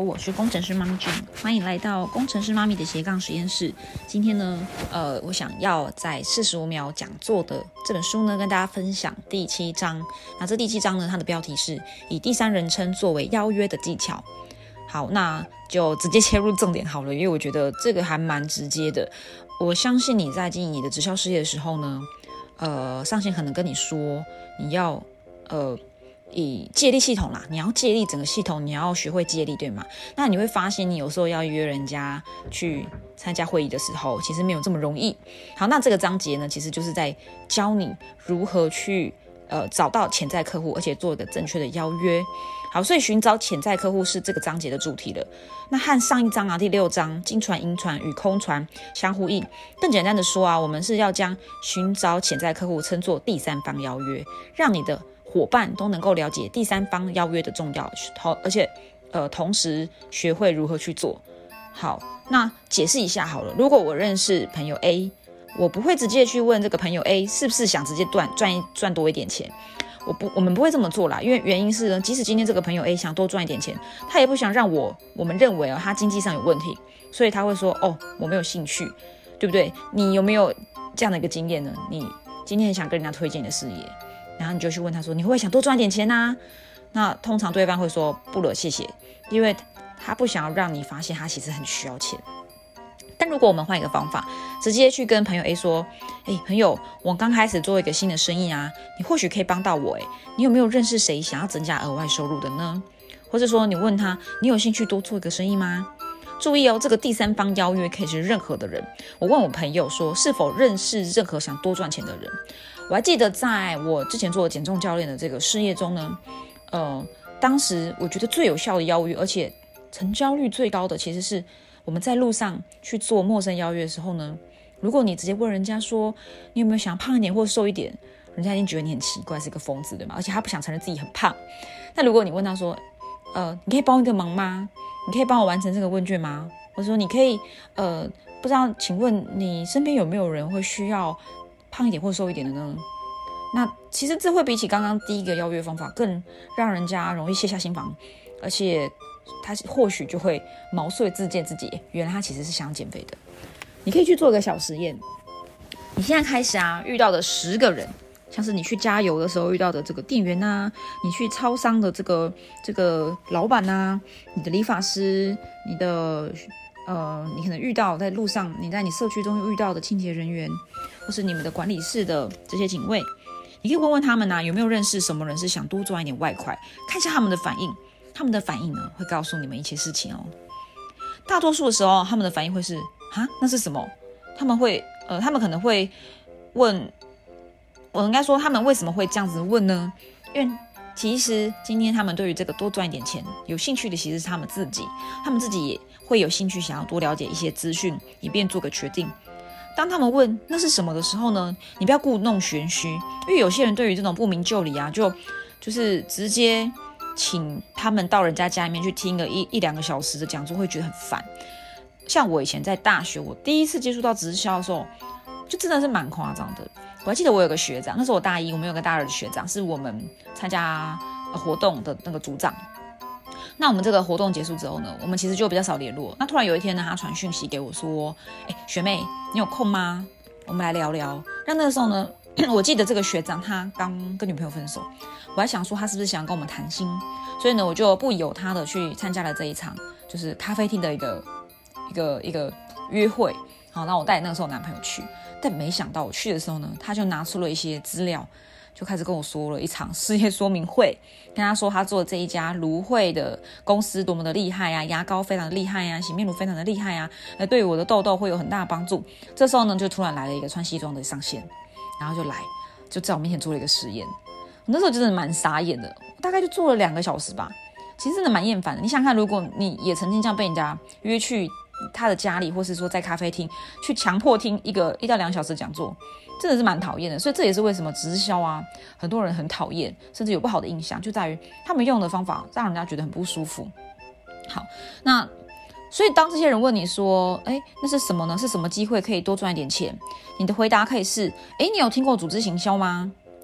我是工程师妈咪 Jane， 欢迎来到工程师妈咪的斜杠实验室。今天呢，我想要在45秒讲座的这本书呢，跟大家分享第7章。那这第7章呢，它的标题是以第三人称作为邀约的技巧。好，那就直接切入重点好了，因为我觉得这个还蛮直接的。我相信你在经营你的直销事业的时候呢，上线可能跟你说，你要以借力系统啦，你要借力整个系统，你要学会借力，对吗？那你会发现，你有时候要约人家去参加会议的时候，其实没有这么容易。好，那这个章节呢，其实就是在教你如何去找到潜在客户，而且做一个正确的邀约。好，所以寻找潜在客户是这个章节的主题了。那和上一章第6章金传、银传与空传相呼应。更简单的说我们是要将寻找潜在客户称作第三方邀约，让你的伙伴都能够了解第三方邀约的重要，而且同时学会如何去做。好，那解释一下好了。如果我认识朋友 A， 我不会直接去问这个朋友 A 是不是想直接赚多一点钱。我们不会这么做啦，因为原因是呢，即使今天这个朋友 A 想多赚一点钱，他也不想让我们认为他经济上有问题，所以他会说我没有兴趣，对不对？你有没有这样的一个经验呢？你今天想跟人家推荐你的事业，然后你就去问他说，你会不会想多赚一点钱啊？那通常对方会说不了，谢谢，因为他不想要让你发现他其实很需要钱。但如果我们换一个方法，直接去跟朋友 A 说，朋友，我刚开始做一个新的生意你或许可以帮到我你有没有认识谁想要增加额外收入的呢？或者说你问他，你有兴趣多做一个生意吗？注意这个第三方邀约可以是任何的人。我问我朋友说，是否认识任何想多赚钱的人？我还记得在我之前做减重教练的这个事业中呢，当时我觉得最有效的邀约，而且成交率最高的，其实是我们在路上去做陌生邀约的时候呢，如果你直接问人家说，你有没有想胖一点或瘦一点，人家已经觉得你很奇怪，是个疯子，对吗？而且他不想承认自己很胖。那如果你问他说，你可以帮我一个忙吗？你可以帮我完成这个问卷吗？或者说你可以不知道，请问你身边有没有人会需要胖一点或瘦一点的呢？那其实这会比起刚刚第一个邀约方法更让人家容易卸下心防，而且他或许就会毛遂自荐自己，原来他其实是想减肥的。你可以去做一个小实验，你现在开始遇到的10个人，像是你去加油的时候遇到的这个店员你去超商的这个老板你的理发师，你的你可能遇到在路上，你在你社区中遇到的清洁人员，或是你们的管理室的这些警卫，你可以问问他们有没有认识什么人是想多赚一点外快，看一下他们的反应。他们的反应呢，会告诉你们一些事情大多数的时候，他们的反应会是那是什么？他们可能会问，我应该说他们为什么会这样子问呢？因为其实今天他们对于这个多赚一点钱有兴趣的，其实是他们自己也会有兴趣想要多了解一些资讯，以便做个决定。当他们问那是什么的时候呢，你不要故弄玄虚，因为有些人对于这种不明就里就是直接请他们到人家家里面去听个一两个小时的讲座，会觉得很烦。像我以前在大学，我第一次接触到直销的时候，就真的是蛮夸张的。我还记得我有个学长，那时候我大1，我们有个大2的学长，是我们参加活动的那个组长。那我们这个活动结束之后呢，我们其实就比较少联络。那突然有一天呢，他传讯息给我说，学妹，你有空吗？我们来聊聊。那个时候呢，我记得这个学长他刚跟女朋友分手，我还想说他是不是想跟我们谈心，所以呢，我就不由他的去参加了这一场就是咖啡厅的一个约会。好，那我带那个时候男朋友去，但没想到我去的时候呢，他就拿出了一些资料，就开始跟我说了一场事业说明会，跟他说他做这一家芦荟的公司多么的厉害牙膏非常的厉害洗面乳非常的厉害对于我的痘痘会有很大的帮助。这时候呢，就突然来了一个穿西装的上线，然后就在我面前做了一个实验。我那时候真的蛮傻眼的，大概就做了2个小时吧，其实真的蛮厌烦的。你想看，如果你也曾经这样被人家约去他的家里，或是说在咖啡厅去强迫听1到2小时讲座，真的是蛮讨厌的。所以这也是为什么直销很多人很讨厌，甚至有不好的印象，就在于他们用的方法让人家觉得很不舒服。好，那所以当这些人问你说那是什么呢？是什么机会可以多赚一点钱？你的回答可以是你有听过组织行销吗？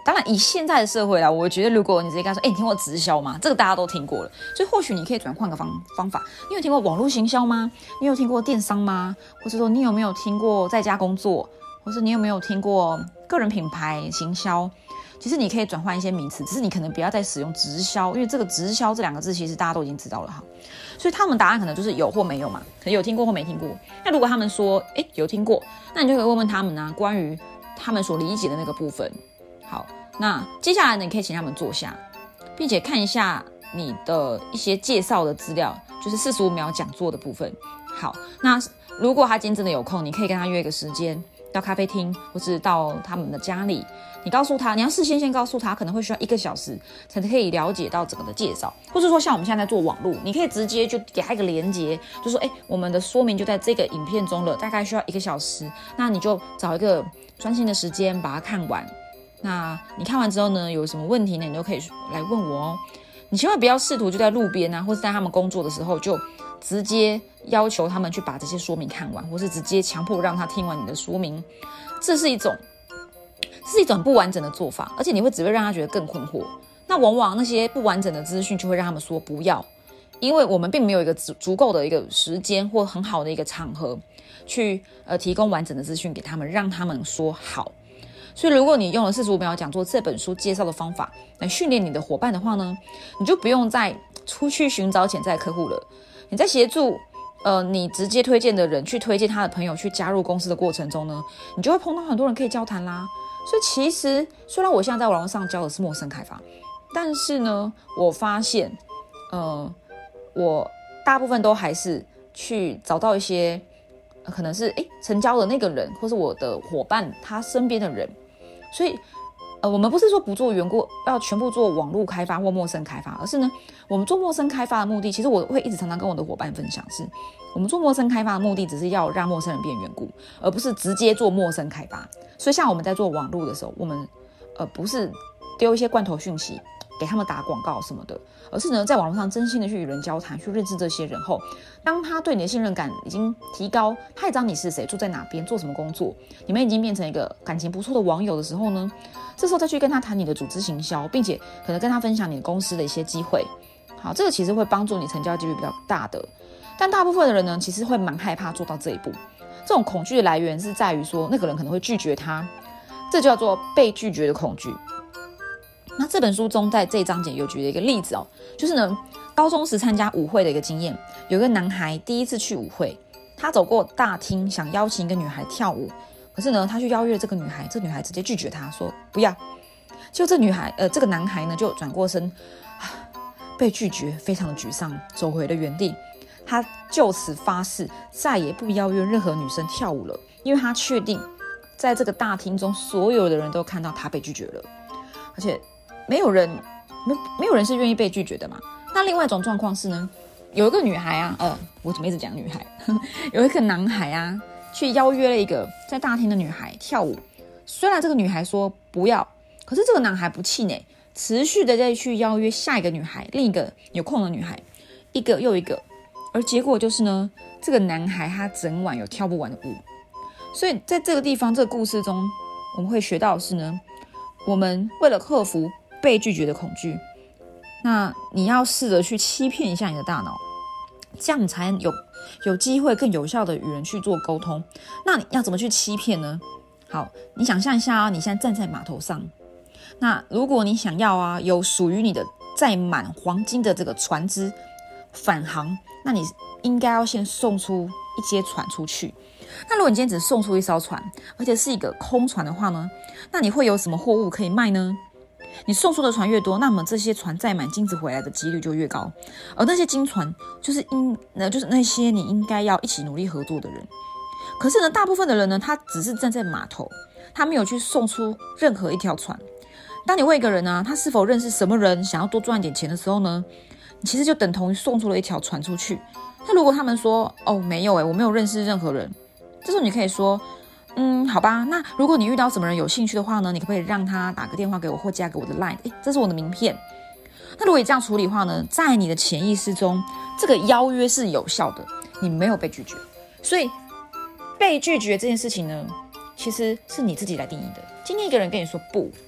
当然以现在的社会啦，我觉得如果你直接跟他说，你听过直销吗？这个大家都听过了，所以或许你可以转换个方法。你有听过网络行销吗？你有听过电商吗？或者说你有没有听过在家工作？或是你有没有听过个人品牌行销？其实你可以转换一些名词，只是你可能不要再使用直销，因为这个直销这2个字其实大家都已经知道了哈。所以他们答案可能就是有或没有嘛，可能有听过或没听过。那如果他们说有听过，那你就可以问问他们啊，关于他们所理解的那个部分。好，那接下来呢，你可以请他们坐下，并且看一下你的一些介绍的资料，就是45秒讲座的部分。好，那如果他今天真的有空，你可以跟他约一个时间，到咖啡厅或是到他们的家里，你告诉他，你要事先告诉他，可能会需要1个小时才可以了解到整个的介绍，或者说像我们现在在做网络，你可以直接就给他一个连结，就说我们的说明就在这个影片中了，大概需要1个小时，那你就找一个专心的时间把它看完。那你看完之后呢，有什么问题呢，你都可以来问我哦。你千万不要试图就在路边啊，或是在他们工作的时候就直接要求他们去把这些说明看完，或是直接强迫让他听完你的说明，这是一种不完整的做法，而且你会只会让他觉得更困惑。那往往那些不完整的资讯就会让他们说不要，因为我们并没有一个足够的一个时间或很好的一个场合去提供完整的资讯给他们，让他们说好。所以如果你用了45秒讲座这本书介绍的方法来训练你的伙伴的话呢，你就不用再出去寻找潜在客户了。你在协助你直接推荐的人去推荐他的朋友去加入公司的过程中呢，你就会碰到很多人可以交谈啦。所以其实虽然我现在在网络上教的是陌生开发，但是呢，我发现我大部分都还是去找到一些可能是成交的那个人，或是我的伙伴他身边的人。所以我们不是说不做缘故要全部做网络开发或陌生开发，而是呢，我们做陌生开发的目的，其实我会一直常常跟我的伙伴分享，是我们做陌生开发的目的只是要让陌生人变缘故，而不是直接做陌生开发。所以像我们在做网络的时候，我们不是丢一些罐头讯息给他们打广告什么的，而是呢在网络上真心的去与人交谈，去认识这些人后，当他对你的信任感已经提高，他也知道你是谁，住在哪边，做什么工作，你们已经变成一个感情不错的网友的时候呢，这时候再去跟他谈你的组织行销，并且可能跟他分享你公司的一些机会。好，这个其实会帮助你成交几率比较大的。但大部分的人呢，其实会蛮害怕做到这一步。这种恐惧的来源是在于说，那个人可能会拒绝他，这就叫做被拒绝的恐惧。那这本书中在这一章节有举了一个例子就是呢，高中时参加舞会的一个经验，有个男孩第一次去舞会，他走过大厅想邀请一个女孩跳舞，可是呢，他去邀约这个女孩，这个女孩直接拒绝他说不要。就这个男孩呢就转过身，被拒绝，非常的沮丧，走回了原地。他就此发誓再也不邀约任何女生跳舞了，因为他确定在这个大厅中所有的人都看到他被拒绝了，而且没有人是愿意被拒绝的嘛。那另外一种状况是呢，有一个女孩啊，我怎么一直讲女孩有一个男孩啊去邀约了一个在大厅的女孩跳舞，虽然这个女孩说不要，可是这个男孩不气馁，持续的再去邀约下一个女孩，另一个有空的女孩，一个又一个，而结果就是呢，这个男孩他整晚有跳不完的舞。所以在这个地方，这个故事中我们会学到的是呢，我们为了克服被拒绝的恐惧，那你要试着去欺骗一下你的大脑，这样你才有机会更有效的与人去做沟通。那你要怎么去欺骗呢？好，你想象一下你现在站在码头上，那如果你想要有属于你的载满黄金的这个船只返航，那你应该要先送出一些船出去。那如果你今天只送出一艘船，而且是一个空船的话呢，那你会有什么货物可以卖呢？你送出的船越多，那么这些船载满金子回来的几率就越高，而那些金船就是那些你应该要一起努力合作的人。可是呢，大部分的人呢，他只是站在码头，他没有去送出任何一条船。当你问一个人他是否认识什么人想要多赚点钱的时候呢，你其实就等同于送出了一条船出去。那如果他们说没有我没有认识任何人，这时候你可以说好吧，那如果你遇到什么人有兴趣的话呢，你可不可以让他打个电话给我或加给我的 LINE， 这是我的名片。那如果你这样处理的话呢，在你的潜意识中这个邀约是有效的，你没有被拒绝。所以被拒绝这件事情呢，其实是你自己来定义的。今天一个人跟你说不，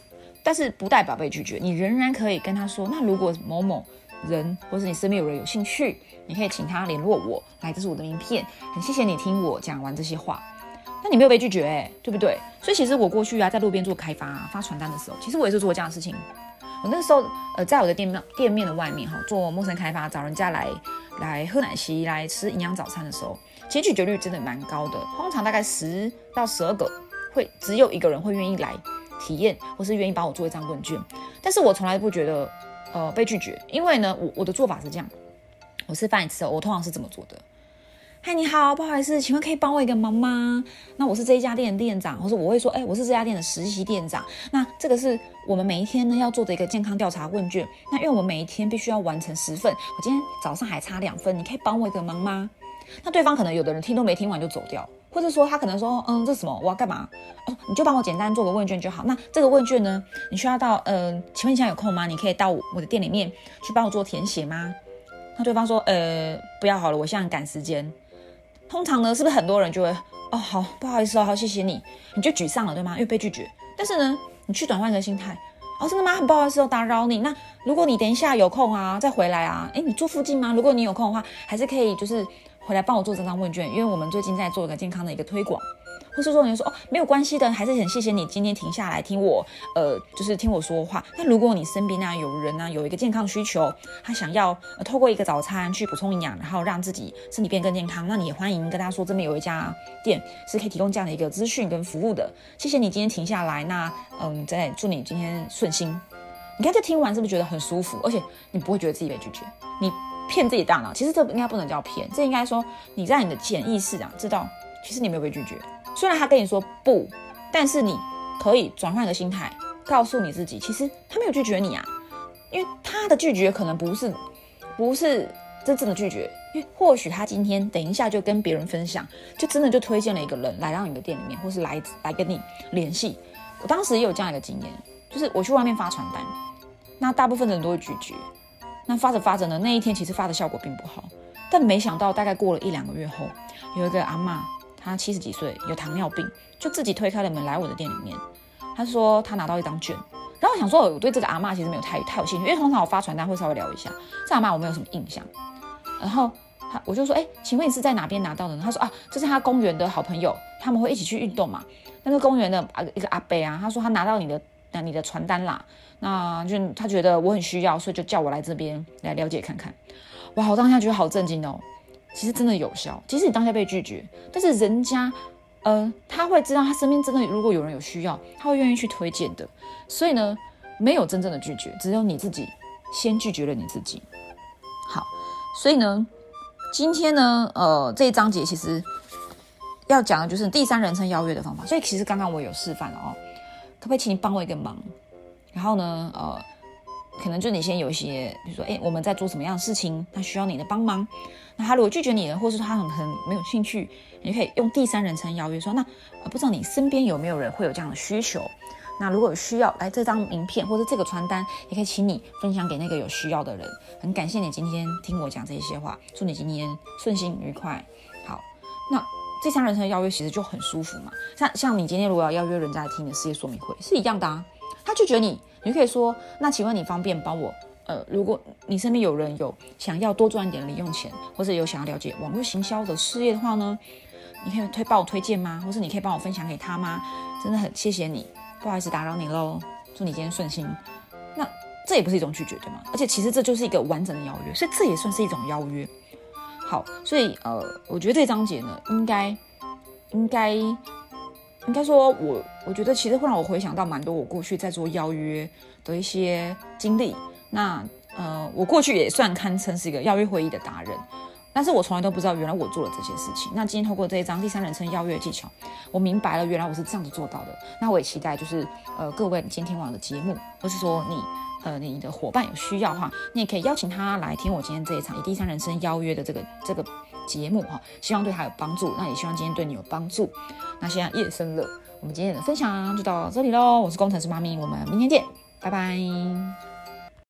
但是不代表被拒绝，你仍然可以跟他说，那如果某某人或是你身边有人有兴趣，你可以请他联络我，来，这是我的名片，很谢谢你听我讲完这些话。那你没有被拒绝对不对？所以其实我过去在路边做开发发传单的时候，其实我也是做这样的事情。我那时候在我的店面的外面做陌生开发，找人家来喝奶昔，来吃营养早餐的时候，其实拒绝率真的蛮高的，通常大概10到12个会只有1个人会愿意来体验，或是愿意帮我做一张问卷。但是我从来不觉得被拒绝，因为呢我的做法是这样，我示范一次我通常是怎么做的。嗨，你好，不好意思，请问可以帮我一个忙吗？那我是这一家店的店长，或者我会说，我是这家店的实习店长。那这个是我们每一天呢要做的一个健康调查问卷。那因为我们每一天必须要完成10份，我今天早上还差2份，你可以帮我一个忙吗？那对方可能有的人听都没听完就走掉，或者说他可能说，这是什么？我要干嘛？你就帮我简单做个问卷就好。那这个问卷呢，你需要到请问你现在有空吗？你可以到我的店里面去帮我做填写吗？那对方说，不要好了，我现在赶时间。通常呢，是不是很多人就会好，不好意思好，谢谢你，你就沮丧了，对吗？因为被拒绝。但是呢，你去转换一个心态，真的吗？很不好意思打扰你。那如果你等一下有空再回来你住附近吗？如果你有空的话，还是可以就是回来帮我做这张问卷，因为我们最近在做一个健康的一个推广。或是说你就说没有关系的，还是很谢谢你今天停下来听我就是听我说话。那如果你身边有人有一个健康需求，他想要透过一个早餐去补充营养，然后让自己身体变更健康，那你也欢迎跟他说这边有一家店是可以提供这样的一个资讯跟服务的。谢谢你今天停下来，那再祝你今天顺心。你看这听完是不是觉得很舒服？而且你不会觉得自己被拒绝，你骗自己大脑。其实这应该不能叫骗，这应该说你在你的潜意识知道其实你没有被拒绝。虽然他跟你说不，但是你可以转换一个心态，告诉你自己，其实他没有拒绝你因为他的拒绝可能不是真正的拒绝，因为或许他今天等一下就跟别人分享，就真的就推荐了一个人来到你的店里面，或是来跟你联系。我当时也有这样一个经验，就是我去外面发传单，那大部分的人都会拒绝，那发着发着呢，那一天其实发的效果并不好，但没想到大概过了1-2个月后，有一个阿嬷，他70几岁，有糖尿病，就自己推开了门来我的店里面。他说他拿到一张券，然后我想说我对这个阿嬷其实没有太有兴趣，因为通常我发传单会稍微聊一下，这阿嬷我没有什么印象。然后我就说请问你是在哪边拿到的呢？他说这是他公园的好朋友，他们会一起去运动嘛。那个公园的一个阿伯他说他拿到你的传单啦，那就他觉得我很需要，所以就叫我来这边来了解看看。哇，我当下觉得好震惊哦。其实真的有效，即使你当下被拒绝，但是人家他会知道他身边真的如果有人有需要，他会愿意去推荐的。所以呢，没有真正的拒绝，只有你自己先拒绝了你自己。好，所以呢，今天呢这一章节其实要讲的就是第三人称邀约的方法。所以其实刚刚我有示范了可不可以请你帮我一个忙？然后呢可能就你先有一些，比如说我们在做什么样的事情，他需要你的帮忙。那他如果拒绝你了，或是他很没有兴趣，你可以用第三人称邀约说，那不知道你身边有没有人会有这样的需求？那如果有需要，来这张名片或者这个传单，也可以请你分享给那个有需要的人。很感谢你今天听我讲这些话，祝你今天顺心愉快。好，那第三人称的邀约其实就很舒服嘛。像你今天如果要邀约人家来听你的事业说明会，是一样的他拒绝你，你就可以说，那请问你方便帮我如果你身边有人有想要多赚一点零用钱，或者有想要了解网络行销的事业的话呢，你可以帮我推荐吗？或是你可以帮我分享给他吗？真的很谢谢你，不好意思打扰你咯，祝你今天顺心。那这也不是一种拒绝，对吗？而且其实这就是一个完整的邀约，所以这也算是一种邀约。好，所以我觉得这章节呢，应该说我觉得其实会让我回想到蛮多我过去在做邀约的一些经历。那我过去也算堪称是一个邀约会议的达人，但是我从来都不知道原来我做了这些事情。那今天透过这一章第三人称邀约技巧，我明白了原来我是这样子做到的。那我也期待就是各位今天听完我的节目，或是说你的伙伴有需要的话，你也可以邀请他来听我今天这一场以第三人称邀约的这个节目希望对他有帮助，那也希望今天对你有帮助。那现在夜深了，我们今天的分享就到这里咯。我是工程师妈咪，我们明天见，拜拜。